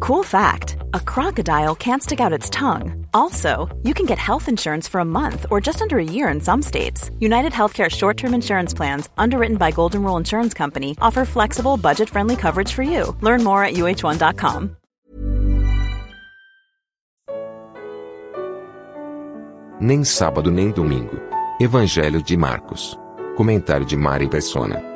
Cool fact, a crocodile can't stick out its tongue. Also, you can get health insurance for a month or just under a year in some states. United Healthcare short-term insurance plans, underwritten by Golden Rule Insurance Company, offer flexible, budget-friendly coverage for you. Learn more at uh1.com. Nem sábado nem domingo. Evangelho de Marcos. Comentário de Mari Persona.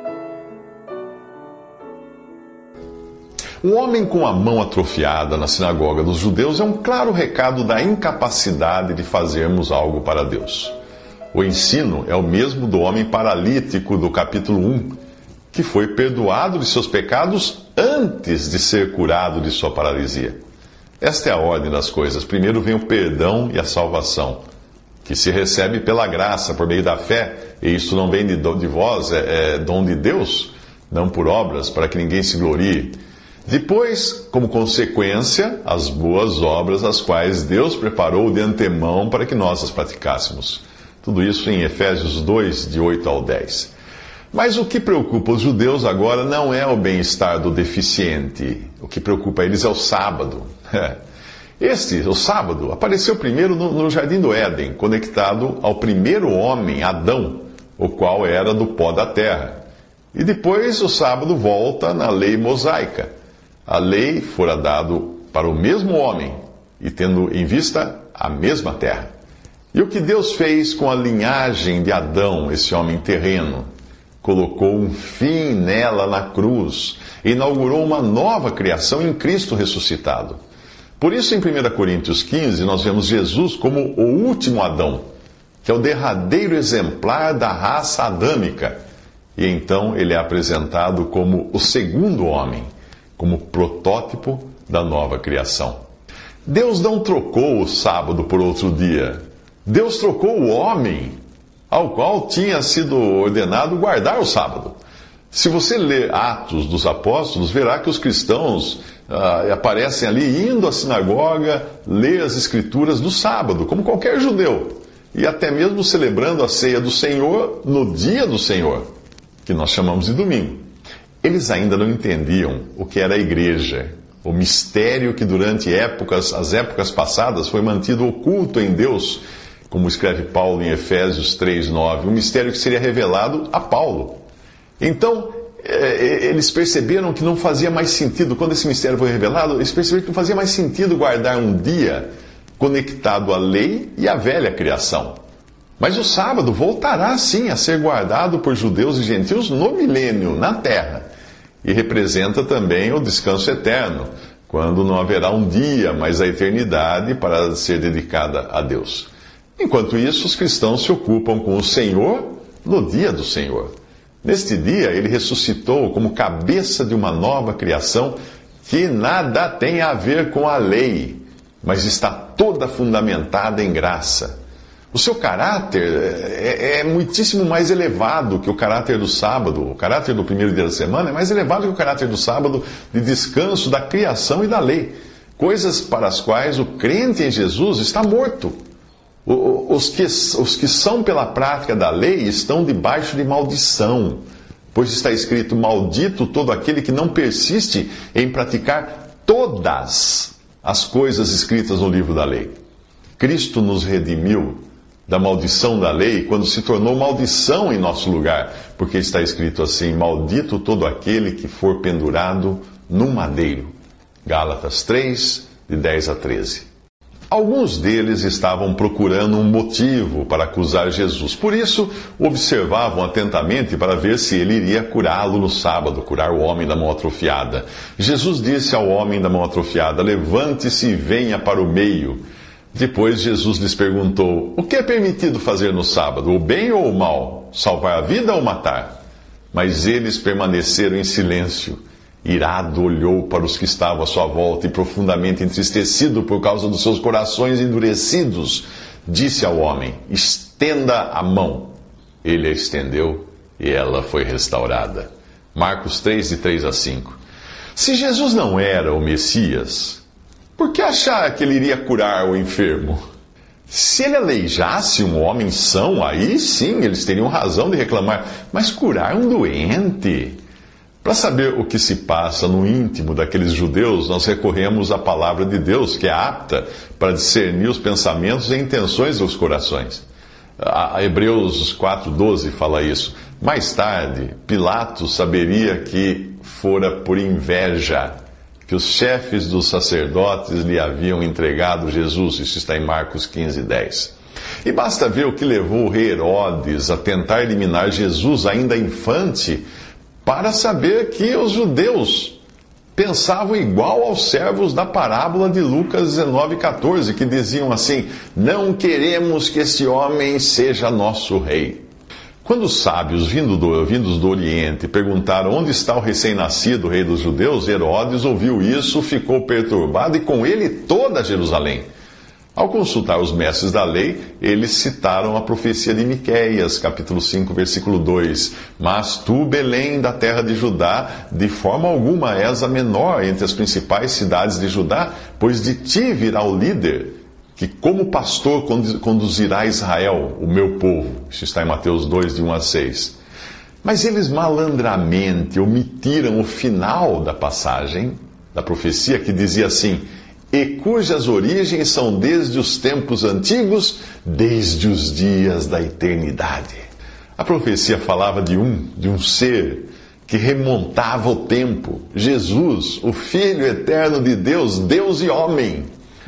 Um homem com a mão atrofiada na sinagoga dos judeus é um claro recado da incapacidade de fazermos algo para Deus. O ensino é o mesmo do homem paralítico do capítulo 1, que foi perdoado de seus pecados antes de ser curado de sua paralisia. Esta é a ordem das coisas. Primeiro vem o perdão e a salvação, que se recebe pela graça, por meio da fé, e isso não vem de vós, é dom de Deus, não por obras, para que ninguém se glorie. Depois, como consequência, as boas obras, as quais Deus preparou de antemão para que nós as praticássemos. Tudo isso em Efésios 2, de 8 ao 10. Mas o que preocupa os judeus agora não é o bem-estar do deficiente. O que preocupa eles é o sábado. O sábado, apareceu primeiro no Jardim do Éden, conectado ao primeiro homem, Adão, o qual era do pó da terra. E depois o sábado volta na lei mosaica. A lei fora dado para o mesmo homem e tendo em vista a mesma terra. E o que Deus fez com a linhagem de Adão, esse homem terreno? Colocou um fim nela na cruz e inaugurou uma nova criação em Cristo ressuscitado. Por isso, em 1 Coríntios 15, nós vemos Jesus como o último Adão, que é o derradeiro exemplar da raça adâmica. E então ele é apresentado como o segundo homem, como protótipo da nova criação. Deus não trocou o sábado por outro dia. Deus trocou o homem, ao qual tinha sido ordenado guardar o sábado. Se você ler Atos dos Apóstolos, verá que os cristãos aparecem ali indo à sinagoga, ler as escrituras do sábado, como qualquer judeu. E até mesmo celebrando a ceia do Senhor no dia do Senhor, que nós chamamos de domingo. Eles ainda não entendiam o que era a igreja, o mistério que durante as épocas passadas foi mantido oculto em Deus, como escreve Paulo em Efésios 3:9, um mistério que seria revelado a Paulo. Então, eles perceberam que não fazia mais sentido, quando esse mistério foi revelado, eles perceberam que não fazia mais sentido guardar um dia conectado à lei e à velha criação. Mas o sábado voltará sim a ser guardado por judeus e gentios no milênio, na terra. E representa também o descanso eterno, quando não haverá um dia, mas a eternidade para ser dedicada a Deus. Enquanto isso, os cristãos se ocupam com o Senhor no dia do Senhor. Neste dia, ele ressuscitou como cabeça de uma nova criação que nada tem a ver com a lei, mas está toda fundamentada em graça. O seu caráter é muitíssimo mais elevado que o caráter do sábado. O caráter do primeiro dia da semana é mais elevado que o caráter do sábado de descanso da criação e da lei. Coisas para as quais o crente em Jesus está morto. Os que são pela prática da lei estão debaixo de maldição. Pois está escrito, maldito todo aquele que não persiste em praticar todas as coisas escritas no livro da lei. Cristo nos redimiu da maldição da lei, quando se tornou maldição em nosso lugar, porque está escrito assim, maldito todo aquele que for pendurado num madeiro. Gálatas 3, de 10 a 13. Alguns deles estavam procurando um motivo para acusar Jesus, por isso observavam atentamente para ver se ele iria curá-lo no sábado, curar o homem da mão atrofiada. Jesus disse ao homem da mão atrofiada, levante-se e venha para o meio. Depois Jesus lhes perguntou, o que é permitido fazer no sábado, o bem ou o mal, salvar a vida ou matar? Mas eles permaneceram em silêncio. Irado olhou para os que estavam à sua volta e profundamente entristecido por causa dos seus corações endurecidos, disse ao homem, estenda a mão. Ele a estendeu e ela foi restaurada. Marcos 3, de 3 a 5. Se Jesus não era o Messias, por que achar que ele iria curar o enfermo? Se ele aleijasse um homem são, aí sim eles teriam razão de reclamar. Mas curar um doente? Para saber o que se passa no íntimo daqueles judeus, nós recorremos à palavra de Deus, que é apta para discernir os pensamentos e intenções dos corações. A Hebreus 4,12 fala isso. Mais tarde, Pilatos saberia que fora por inveja que os chefes dos sacerdotes lhe haviam entregado Jesus. Isso está em Marcos 15:10. E basta ver o que levou o rei Herodes a tentar eliminar Jesus ainda infante, para saber que os judeus pensavam igual aos servos da parábola de Lucas 19:14, que diziam assim: não queremos que esse homem seja nosso rei. Quando os sábios vindos do Oriente perguntaram onde está o recém-nascido rei dos judeus, Herodes ouviu isso, ficou perturbado e com ele toda Jerusalém. Ao consultar os mestres da lei, eles citaram a profecia de Miqueias, capítulo 5, versículo 2. Mas tu, Belém, da terra de Judá, de forma alguma és a menor entre as principais cidades de Judá, pois de ti virá o líder, que como pastor conduzirá Israel, o meu povo. Isso está em Mateus 2, de 1 a 6. Mas eles malandramente omitiram o final da passagem, da profecia, que dizia assim: e cujas origens são desde os tempos antigos, desde os dias da eternidade. A profecia falava de um ser que remontava o tempo, Jesus, o Filho eterno de Deus, Deus e homem.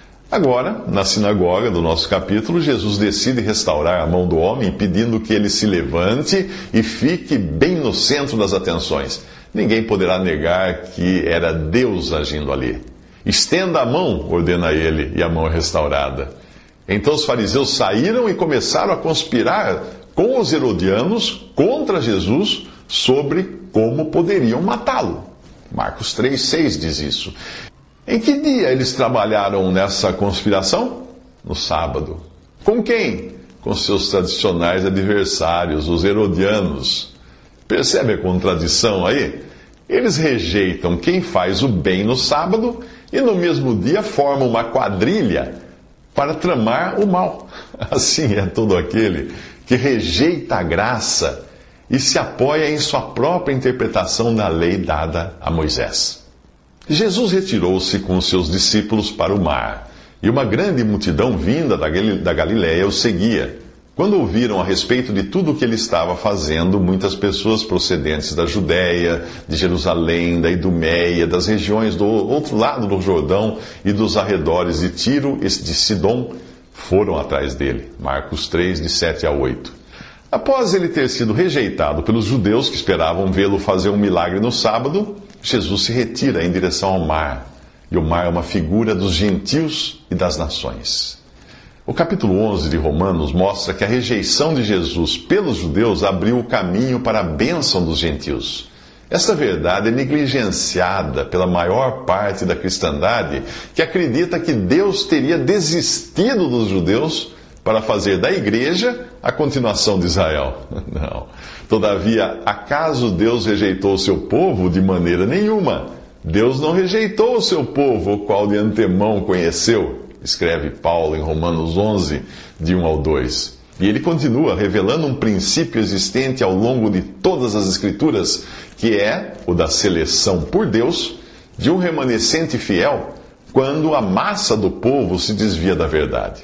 Agora, na sinagoga do nosso capítulo, Jesus decide restaurar a mão do homem, pedindo que ele se levante e fique bem no centro das atenções. Ninguém poderá negar que era Deus agindo ali. Estenda a mão, ordena ele, e a mão é restaurada. Então os fariseus saíram e começaram a conspirar com os herodianos contra Jesus sobre como poderiam matá-lo. Marcos 3,6 diz isso. Em que dia eles trabalharam nessa conspiração? No sábado. Com quem? Com seus tradicionais adversários, os herodianos. Percebe a contradição aí? Eles rejeitam quem faz o bem no sábado e no mesmo dia formam uma quadrilha para tramar o mal. Assim é todo aquele que rejeita a graça e se apoia em sua própria interpretação da lei dada a Moisés. Jesus retirou-se com os seus discípulos para o mar, e uma grande multidão vinda da Galiléia o seguia. Quando ouviram a respeito de tudo o que ele estava fazendo, muitas pessoas procedentes da Judéia, de Jerusalém, da Idumeia, das regiões do outro lado do Jordão e dos arredores de Tiro e de Sidom foram atrás dele. Marcos 3, de 7 a 8. Após ele ter sido rejeitado pelos judeus que esperavam vê-lo fazer um milagre no sábado, Jesus se retira em direção ao mar. E o mar é uma figura dos gentios e das nações. O capítulo 11 de Romanos mostra que a rejeição de Jesus pelos judeus abriu o caminho para a bênção dos gentios. Esta verdade é negligenciada pela maior parte da cristandade, que acredita que Deus teria desistido dos judeus para fazer da igreja a continuação de Israel. Não. Todavia, acaso Deus rejeitou o seu povo? De maneira nenhuma. Deus não rejeitou o seu povo, o qual de antemão conheceu, escreve Paulo em Romanos 11, de 1 ao 2. E ele continua revelando um princípio existente ao longo de todas as Escrituras, que é o da seleção por Deus de um remanescente fiel quando a massa do povo se desvia da verdade.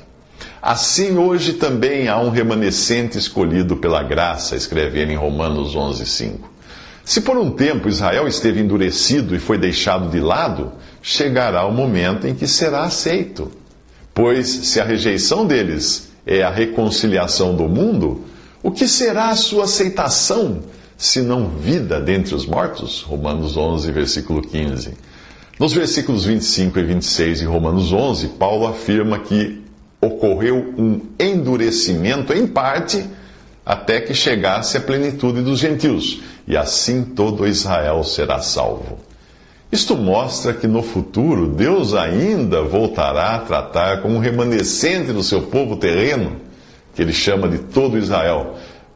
Assim hoje também há um remanescente escolhido pela graça, escreve ele em Romanos 11, 5. Se por um tempo Israel esteve endurecido e foi deixado de lado, chegará o momento em que será aceito. Pois se a rejeição deles é a reconciliação do mundo, o que será a sua aceitação, se não vida dentre os mortos? Romanos 11, versículo 15. Nos versículos 25 e 26 de Romanos 11, Paulo afirma que ocorreu um endurecimento, em parte, até que chegasse a plenitude dos gentios, e assim todo Israel será salvo. Isto mostra que no futuro Deus ainda voltará a tratar com um remanescente do seu povo terreno, que ele chama de todo Israel,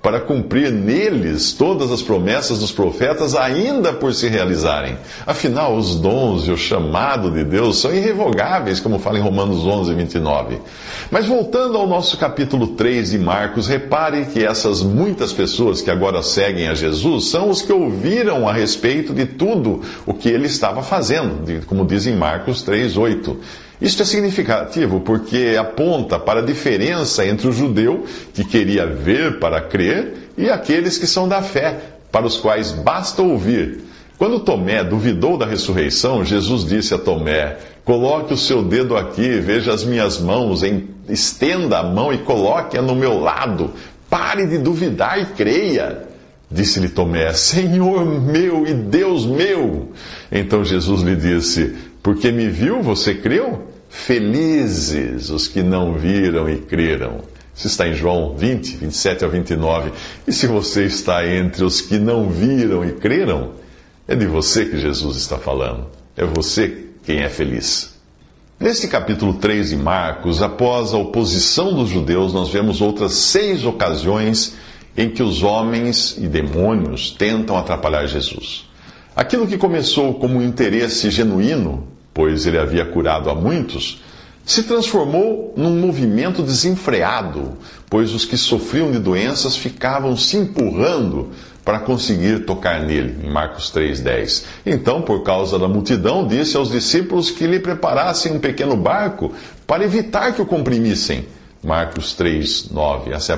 para cumprir neles todas as promessas dos profetas ainda por se realizarem. Afinal, os dons e o chamado de Deus são irrevogáveis, como fala em Romanos 11, 29. Mas voltando ao nosso capítulo 3 de Marcos, repare que essas muitas pessoas que agora seguem a Jesus são os que ouviram a respeito de tudo o que ele estava fazendo, como diz em Marcos 3, 8. Isto é significativo porque aponta para a diferença entre o judeu, que queria ver para crer, e aqueles que são da fé, para os quais basta ouvir. Quando Tomé duvidou da ressurreição, Jesus disse a Tomé: coloque o seu dedo aqui, veja as minhas mãos, estenda a mão e coloque-a no meu lado. Pare de duvidar e creia. Disse-lhe Tomé: Senhor meu e Deus meu. Então Jesus lhe disse: porque me viu, você creu? Felizes os que não viram e creram. Isso está em João 20, 27 ao 29. E se você está entre os que não viram e creram, é de você que Jesus está falando. É você quem é feliz. Neste capítulo 3 de Marcos, após a oposição dos judeus, nós vemos outras 6 ocasiões em que os homens e demônios tentam atrapalhar Jesus. Aquilo que começou como um interesse genuíno, pois ele havia curado a muitos, se transformou num movimento desenfreado, pois os que sofriam de doenças ficavam se empurrando para conseguir tocar nele, em Marcos 3,10. Então, por causa da multidão, disse aos discípulos que lhe preparassem um pequeno barco para evitar que o comprimissem. Marcos 3,9. Essa é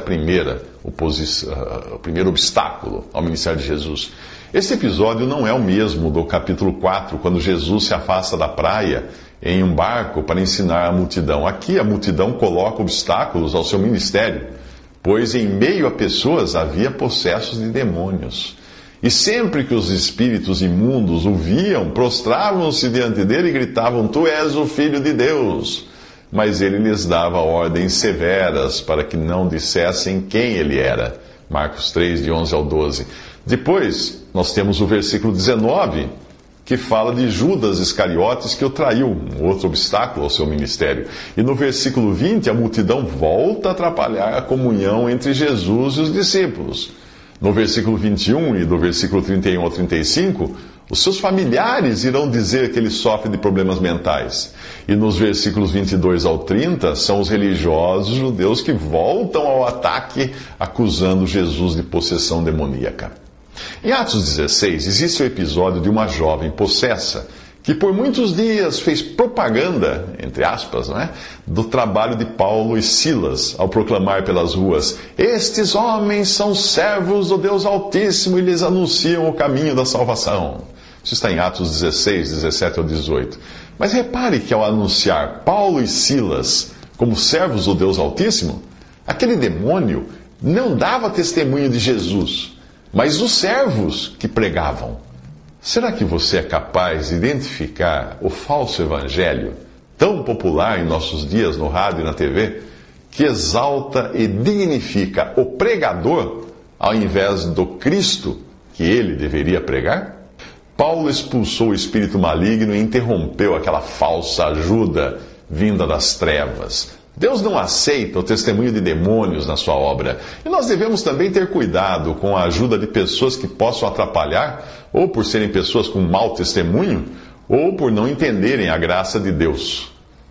o primeiro obstáculo ao ministério de Jesus. Esse episódio não é o mesmo do capítulo 4, quando Jesus se afasta da praia em um barco para ensinar a multidão. Aqui a multidão coloca obstáculos ao seu ministério, pois em meio a pessoas havia possessos de demônios. E sempre que os espíritos imundos o viam, prostravam-se diante dele e gritavam: Tu és o Filho de Deus. Mas ele lhes dava ordens severas para que não dissessem quem ele era. Marcos 3, de 11 ao 12. Depois, nós temos o versículo 19, que fala de Judas Iscariotes, que o traiu, um outro obstáculo ao seu ministério. E no versículo 20, a multidão volta a atrapalhar a comunhão entre Jesus e os discípulos. No versículo 21 e do versículo 31 ao 35, os seus familiares irão dizer que ele sofre de problemas mentais. E nos versículos 22 ao 30, são os religiosos judeus que voltam ao ataque, acusando Jesus de possessão demoníaca. Em Atos 16, existe o episódio de uma jovem possessa, que por muitos dias fez propaganda, entre aspas, do trabalho de Paulo e Silas, ao proclamar pelas ruas: estes homens são servos do Deus Altíssimo e lhes anunciam o caminho da salvação. Isso está em Atos 16, 17 ao 18. Mas repare que ao anunciar Paulo e Silas como servos do Deus Altíssimo, aquele demônio não dava testemunho de Jesus, mas os servos que pregavam. Será que você é capaz de identificar o falso evangelho, tão popular em nossos dias no rádio e na TV, que exalta e dignifica o pregador ao invés do Cristo que ele deveria pregar? Paulo expulsou o espírito maligno e interrompeu aquela falsa ajuda vinda das trevas. Deus não aceita o testemunho de demônios na sua obra. E nós devemos também ter cuidado com a ajuda de pessoas que possam atrapalhar, ou por serem pessoas com mau testemunho, ou por não entenderem a graça de Deus.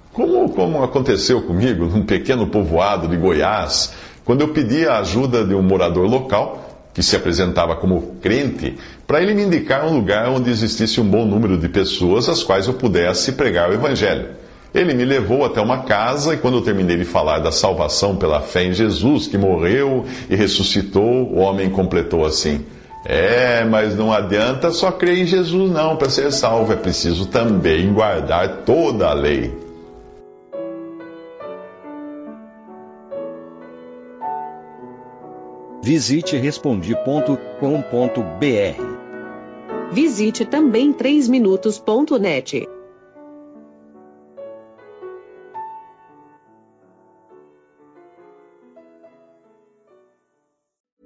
Como aconteceu comigo num pequeno povoado de Goiás, quando eu pedi a ajuda de um morador local, que se apresentava como crente, para ele me indicar um lugar onde existisse um bom número de pessoas às quais eu pudesse pregar o Evangelho. Ele me levou até uma casa e quando eu terminei de falar da salvação pela fé em Jesus, que morreu e ressuscitou, o homem completou assim: mas não adianta só crer em Jesus não para ser salvo, é preciso também guardar toda a lei. Visite Respondi.com.br. Visite também 3minutos.net.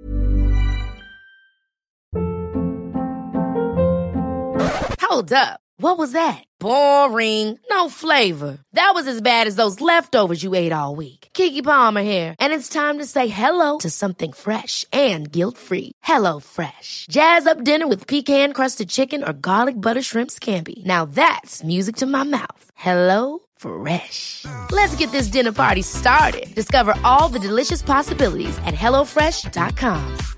Hold up. What was that? Boring. No flavor. That was as bad as those leftovers you ate all week. Keke Palmer here, and it's time to say hello to something fresh and guilt-free. HelloFresh. Jazz up dinner with pecan-crusted chicken or garlic butter shrimp scampi. Now that's music to my mouth. HelloFresh. Let's get this dinner party started. Discover all the delicious possibilities at HelloFresh.com.